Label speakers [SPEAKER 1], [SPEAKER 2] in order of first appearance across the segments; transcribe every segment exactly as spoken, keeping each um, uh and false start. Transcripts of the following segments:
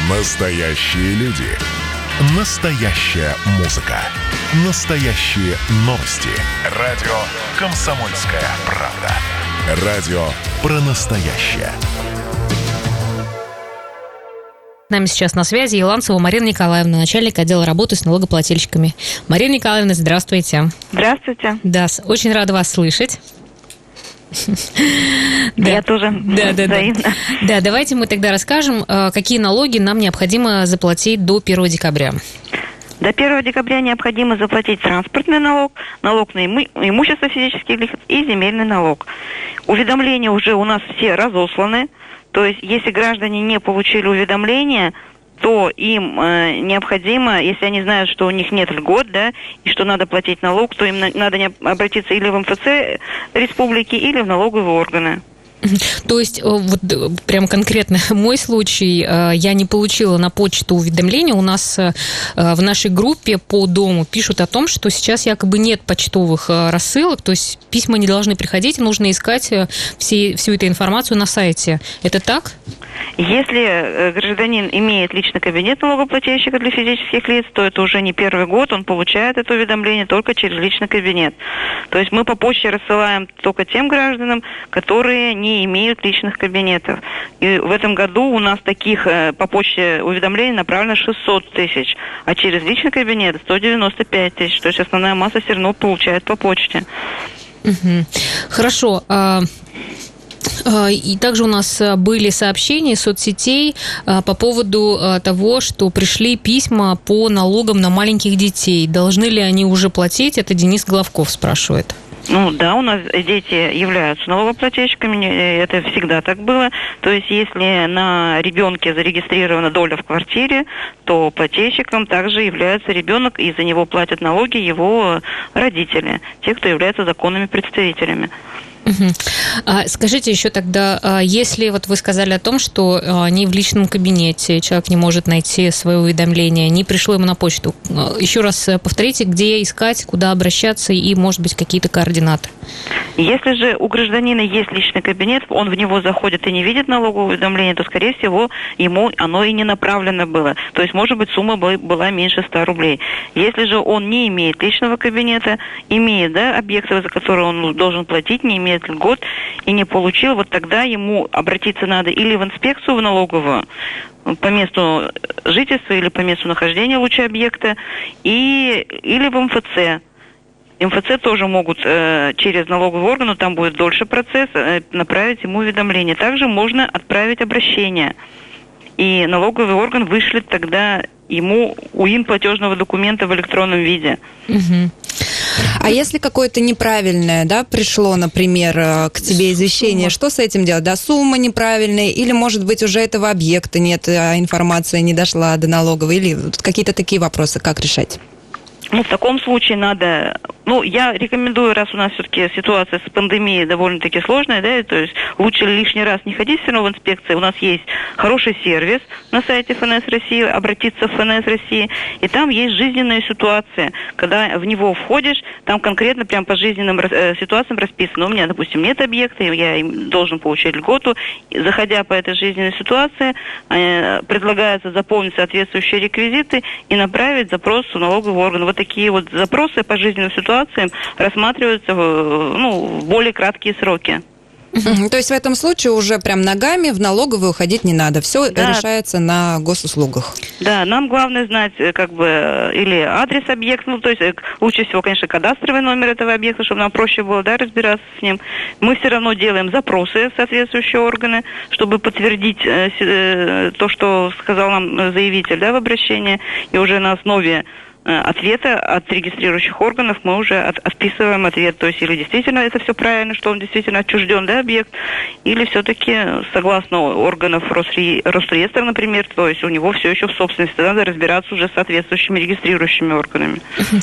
[SPEAKER 1] Настоящие люди. Настоящая музыка. Настоящие новости. Радио «Комсомольская правда». Радио про настоящее.
[SPEAKER 2] С нами сейчас на связи Еланцева Марина Николаевна, начальник отдела работы с налогоплательщиками. Марина Николаевна, здравствуйте.
[SPEAKER 3] Здравствуйте.
[SPEAKER 2] Да, очень рада вас слышать.
[SPEAKER 3] Я тоже.
[SPEAKER 2] Да, да, да. Да, давайте мы тогда расскажем, какие налоги нам необходимо заплатить до первого декабря.
[SPEAKER 3] До первого декабря необходимо заплатить транспортный налог, налог на иму- имущество физических лиц и земельный налог. Уведомления уже у нас все разосланы. То есть, если граждане не получили уведомления, то им э, необходимо, если они знают, что у них нет льгот, да, и что надо платить налог, то им на- надо не обратиться или в эм эф цэ республики, или в налоговые органы.
[SPEAKER 2] То есть, вот прям конкретно мой случай, я не получила на почту уведомления. У нас в нашей группе по дому пишут о том, что сейчас якобы нет почтовых рассылок, то есть письма не должны приходить, нужно искать все, всю эту информацию на сайте. Это так?
[SPEAKER 3] Если гражданин имеет личный кабинет налогоплательщика для физических лиц, то это уже не первый год, он получает это уведомление только через личный кабинет. То есть мы по почте рассылаем только тем гражданам, которые не имеют личных кабинетов. И в этом году у нас таких по почте уведомлений направлено шестьсот тысяч, а через личный кабинет сто девяносто пять тысяч. То есть основная масса все равно получает по почте.
[SPEAKER 2] Угу. Хорошо. И также у нас были сообщения из соцсетей по поводу того, что пришли письма по налогам на маленьких детей. Должны ли они уже платить? Это Денис Головков спрашивает.
[SPEAKER 3] Ну да, у нас дети являются налогоплательщиками, это всегда так было. То есть, если на ребенке зарегистрирована доля в квартире, то плательщиком также является ребенок, и за него платят налоги его родители, те, кто являются законными представителями.
[SPEAKER 2] Угу. А скажите еще тогда, если вот вы сказали о том, что не в личном кабинете человек не может найти свое уведомление, не пришло ему на почту, еще раз повторите, где искать, куда обращаться и, может быть, какие-то координаты.
[SPEAKER 3] Если же у гражданина есть личный кабинет, он в него заходит и не видит налоговое уведомление, то, скорее всего, ему оно и не направлено было. То есть, может быть, сумма была меньше ста рублей. Если же он не имеет личного кабинета, имеет, да, объекты, за которые он должен платить, не имеет льгот и не получил, вот тогда ему обратиться надо или в инспекцию, в налоговую, по месту жительства или по месту нахождения лучше объекта, и, или в эм эф цэ. эм эф цэ тоже могут э, через налоговый орган, но там будет дольше процесс, э, направить ему уведомление. Также можно отправить обращение, и налоговый орган вышлет тогда ему УИН платежного документа в электронном виде.
[SPEAKER 4] Угу. А если какое-то неправильное, да, пришло, например, к тебе извещение, сумма. Что с этим делать? Да, сумма неправильная, или, может быть, уже этого объекта нет, а информация не дошла до налоговой, или какие-то такие вопросы, как решать?
[SPEAKER 3] Ну, в таком случае надо... Ну, я рекомендую, раз у нас все-таки ситуация с пандемией довольно-таки сложная, да, то есть лучше лишний раз не ходить все равно в инспекции. У нас есть хороший сервис на сайте эф эн эс России, обратиться в эф эн эс России, и там есть жизненная ситуация. Когда в него входишь, там конкретно прям по жизненным э, ситуациям расписано. У меня, допустим, нет объекта, я должен получать льготу. И, заходя по этой жизненной ситуации, э, предлагается заполнить соответствующие реквизиты и направить запрос в налоговый орган. Вот такие вот запросы по жизненным ситуациям рассматриваются в, ну, в более краткие сроки.
[SPEAKER 4] Uh-huh. То есть в этом случае уже прям ногами в налоговую ходить не надо. Все да. решается на госуслугах.
[SPEAKER 3] Да, нам главное знать как бы или адрес объекта, ну то есть лучше всего, конечно, кадастровый номер этого объекта, чтобы нам проще было, да, разбираться с ним. Мы все равно делаем запросы в соответствующие органы, чтобы подтвердить э, э, то, что сказал нам заявитель, да, в обращении, и уже на основе ответа от регистрирующих органов мы уже от, отписываем ответ. То есть или действительно это все правильно, что он действительно отчужден, да, объект, или все-таки согласно органов Росре... Росреестра, например, то есть у него все еще в собственности. Надо разбираться уже с соответствующими регистрирующими органами.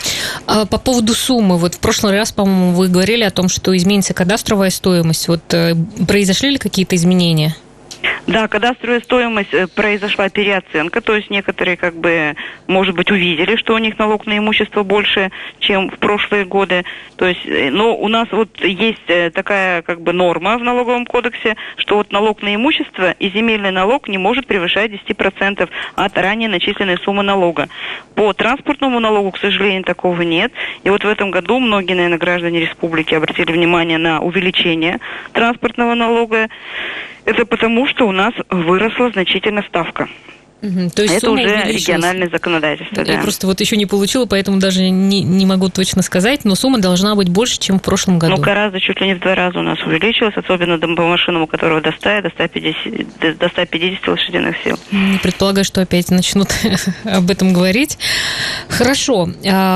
[SPEAKER 2] А по поводу суммы. Вот в прошлый раз, по-моему, вы говорили о том, что изменится кадастровая стоимость. Вот произошли ли какие-то изменения?
[SPEAKER 3] Да, кадастровая стоимость произошла переоценка, то есть некоторые как бы, может быть, увидели, что у них налог на имущество больше, чем в прошлые годы. То есть, но у нас вот есть такая как бы норма в налоговом кодексе, что вот налог на имущество и земельный налог не может превышать десять процентов от ранее начисленной суммы налога. По транспортному налогу, к сожалению, такого нет. И вот в этом году многие, наверное, граждане республики обратили внимание на увеличение транспортного налога. Это потому, что у нас выросла значительно ставка.
[SPEAKER 2] Угу, то есть
[SPEAKER 3] это уже региональное законодательство.
[SPEAKER 2] Я
[SPEAKER 3] да.
[SPEAKER 2] просто вот еще не получила, поэтому даже не, не могу точно сказать, но сумма должна быть больше, чем в прошлом году.
[SPEAKER 3] Ну, гораздо, чуть ли не в два раза у нас увеличилась, особенно по машинам, у которого до ста, до ста пятидесяти, до ста пятидесяти лошадиных сил.
[SPEAKER 2] Не предполагаю, что опять начнут об этом говорить. Хорошо.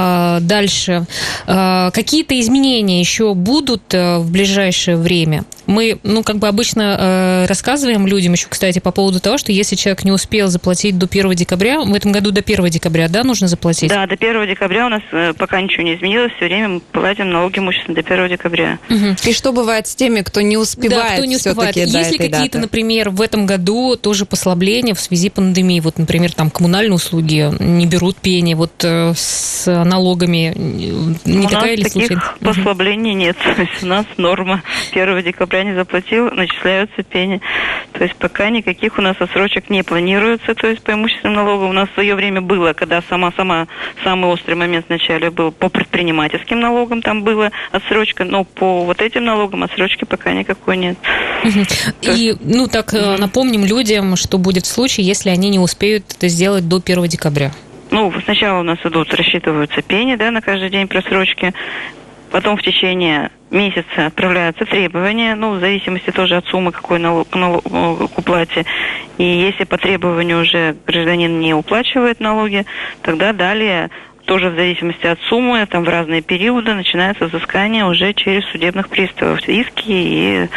[SPEAKER 2] Дальше. Какие-то изменения еще будут в ближайшее время? Мы, ну, как бы обычно рассказываем людям еще, кстати, по поводу того, что если человек не успел заплатить до первого декабря, в этом году до первого декабря, да, нужно заплатить? Да,
[SPEAKER 3] до первого декабря у нас пока ничего не изменилось, все время мы платим налоги имущественные до первого декабря.
[SPEAKER 4] Угу. И что бывает с теми, кто не успевает, да, кто не успевает.
[SPEAKER 2] Есть ли какие-то,
[SPEAKER 4] даты?
[SPEAKER 2] Например, в этом году тоже послабления в связи с пандемией? Вот, например, там коммунальные услуги не берут пени, вот с налогами не
[SPEAKER 3] у
[SPEAKER 2] такая
[SPEAKER 3] ли случай? У нас таких послаблений нет. То есть у нас норма первого декабря не заплатил, начисляются пени. То есть пока никаких у нас отсрочек не планируется. То есть по имущественным налогам у нас в свое время было, когда сама-сама самый острый момент вначале был по предпринимательским налогам, там была отсрочка, но по вот этим налогам отсрочки пока никакой нет.
[SPEAKER 2] Угу. И, ну, так угу. напомним людям, что будет в случае, если они не успеют это сделать до первого декабря.
[SPEAKER 3] Ну, сначала у нас идут, рассчитываются пени, да, на каждый день просрочки. Потом в течение месяца отправляются требования, ну, в зависимости тоже от суммы, какой налог, налог к уплате. И если по требованию уже гражданин не уплачивает налоги, тогда далее, тоже в зависимости от суммы, там в разные периоды начинается взыскание уже через судебных приставов. Иски и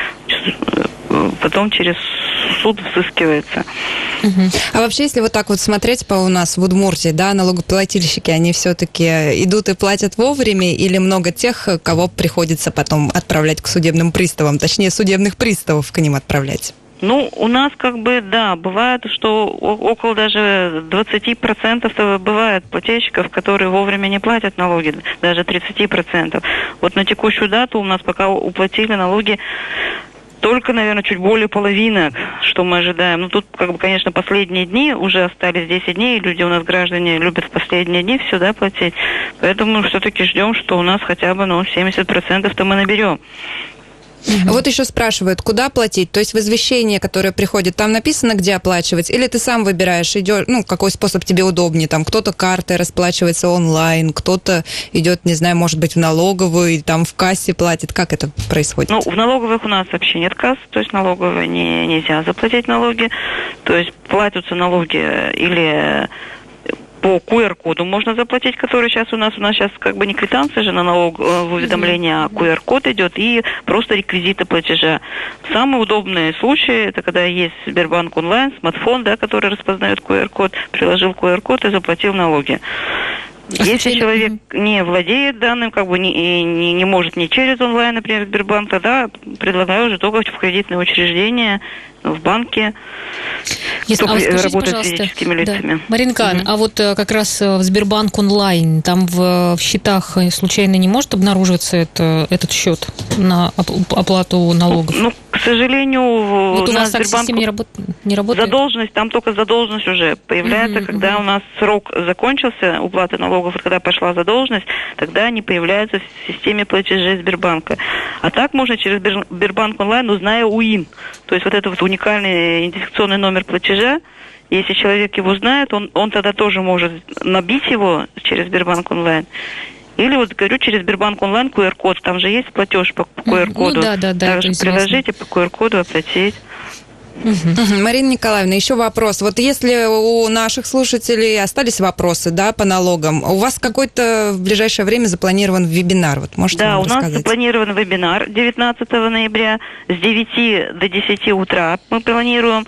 [SPEAKER 3] потом через суд взыскивается.
[SPEAKER 4] Угу. А вообще, если вот так вот смотреть по у нас в Удмуртии, да, налогоплательщики, они все-таки идут и платят вовремя, или много тех, кого приходится потом отправлять к судебным приставам, точнее, судебных приставов к ним отправлять?
[SPEAKER 3] Ну, у нас как бы, да, бывает, что около даже двадцать процентов бывает плательщиков, которые вовремя не платят налоги, даже тридцать процентов. Вот на текущую дату у нас пока уплатили налоги только, наверное, чуть более половины, что мы ожидаем. Ну, тут, как бы, конечно, последние дни, уже остались десять дней, и люди у нас, граждане, любят в последние дни все, да, платить. Поэтому все-таки ждем, что у нас хотя бы, ну, семьдесят процентов-то мы наберем.
[SPEAKER 4] Угу. Вот еще спрашивают, куда платить? То есть в извещении, которое приходит, там написано, где оплачивать? Или ты сам выбираешь, идешь, ну, какой способ тебе удобнее? Там кто-то картой расплачивается онлайн, кто-то идет, не знаю, может быть, в налоговую, и там в кассе платит. Как это происходит?
[SPEAKER 3] Ну, в налоговых у нас вообще нет касс, то есть налоговые не, нельзя заплатить налоги. То есть платятся налоги или... по ку эр коду можно заплатить, который сейчас у нас, у нас сейчас как бы не квитанция же на налог в уведомлении, а ку эр код идет и просто реквизиты платежа. Самый удобный случай, это когда есть Сбербанк онлайн, смартфон, да, который распознает ку эр код, приложил ку эр код и заплатил налоги. Если человек не владеет данным, как бы не, не, не может не через онлайн, например, Сбербанк, тогда предлагаю уже только в кредитные учреждения, в банке,
[SPEAKER 2] Если,
[SPEAKER 3] только
[SPEAKER 2] а вот скажите,
[SPEAKER 3] работать с физическими лицами.
[SPEAKER 2] Да. Марина Николаевна,
[SPEAKER 3] угу.
[SPEAKER 2] а вот как раз в Сбербанк онлайн, там в, в счетах случайно не может обнаруживаться это, этот счет на оплату налогов?
[SPEAKER 3] Ну, к сожалению,
[SPEAKER 2] вот у
[SPEAKER 3] на
[SPEAKER 2] вас так
[SPEAKER 3] Сбербанк
[SPEAKER 2] система не, работ... не работает?
[SPEAKER 3] Задолженность, там только задолженность уже появляется, угу, когда угу. у нас срок закончился, уплаты налогов, когда пошла задолженность, тогда они появляются в системе платежей Сбербанка. А так можно через Сбербанк онлайн, узная УИН, то есть вот это вот уникальный идентификационный номер платежа. Если человек его знает, он, он тогда тоже может набить его через Сбербанк онлайн. Или вот, говорю, через Сбербанк онлайн ку эр код. Там же есть платеж по ку эр коду.
[SPEAKER 2] Ну, да, да, да.
[SPEAKER 3] Также приложите по ку эр коду оплатить.
[SPEAKER 4] Угу. Марина Николаевна, еще вопрос. Вот если у наших слушателей остались вопросы, да, по налогам, у вас какой-то в ближайшее время запланирован вебинар? Вот можете
[SPEAKER 3] да,
[SPEAKER 4] нам
[SPEAKER 3] у нас
[SPEAKER 4] рассказать?
[SPEAKER 3] запланирован вебинар девятнадцатого ноября с девяти до десяти утра мы планируем.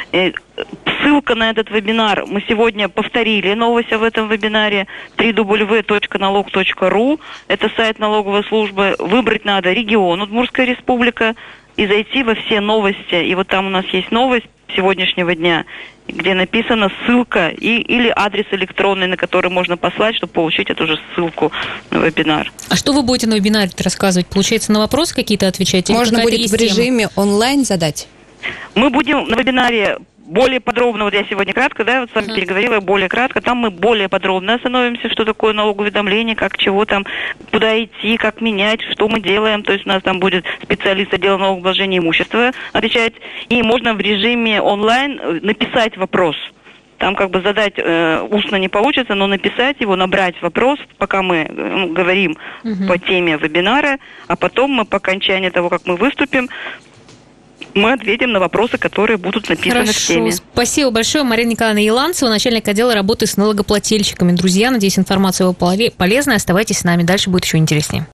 [SPEAKER 3] Ссылка на этот вебинар мы сегодня повторили, новость об этом вебинаре, дабл ю дабл ю дабл ю точка налог точка ру, это сайт налоговой службы. Выбрать надо регион Удмуртская республика, и зайти во все новости. И вот там у нас есть новость сегодняшнего дня, где написана ссылка и, или адрес электронный, на который можно послать, чтобы получить эту же ссылку на вебинар.
[SPEAKER 2] А что вы будете на вебинаре рассказывать? Получается, на вопросы какие-то отвечать?
[SPEAKER 4] Можно будет в режиме тема? онлайн задать?
[SPEAKER 3] Мы будем на вебинаре более подробно, вот я сегодня кратко, да, вот с вами uh-huh. переговорила, более кратко, там мы более подробно остановимся, что такое налогоуведомление, как чего там, куда идти, как менять, что мы делаем, то есть у нас там будет специалист отдела налогообложения имущества отвечать, и можно в режиме онлайн написать вопрос. Там как бы задать э, устно не получится, но написать его, набрать вопрос, пока мы э, говорим uh-huh. по теме вебинара, а потом мы по окончании того, как мы выступим, мы ответим на вопросы, которые будут написаны
[SPEAKER 2] Хорошо.
[SPEAKER 3] в теме.
[SPEAKER 2] Спасибо большое. Марина Николаевна Еланцева, начальник отдела работы с налогоплательщиками. Друзья, надеюсь, информация была полезная. Оставайтесь с нами, дальше будет еще интереснее.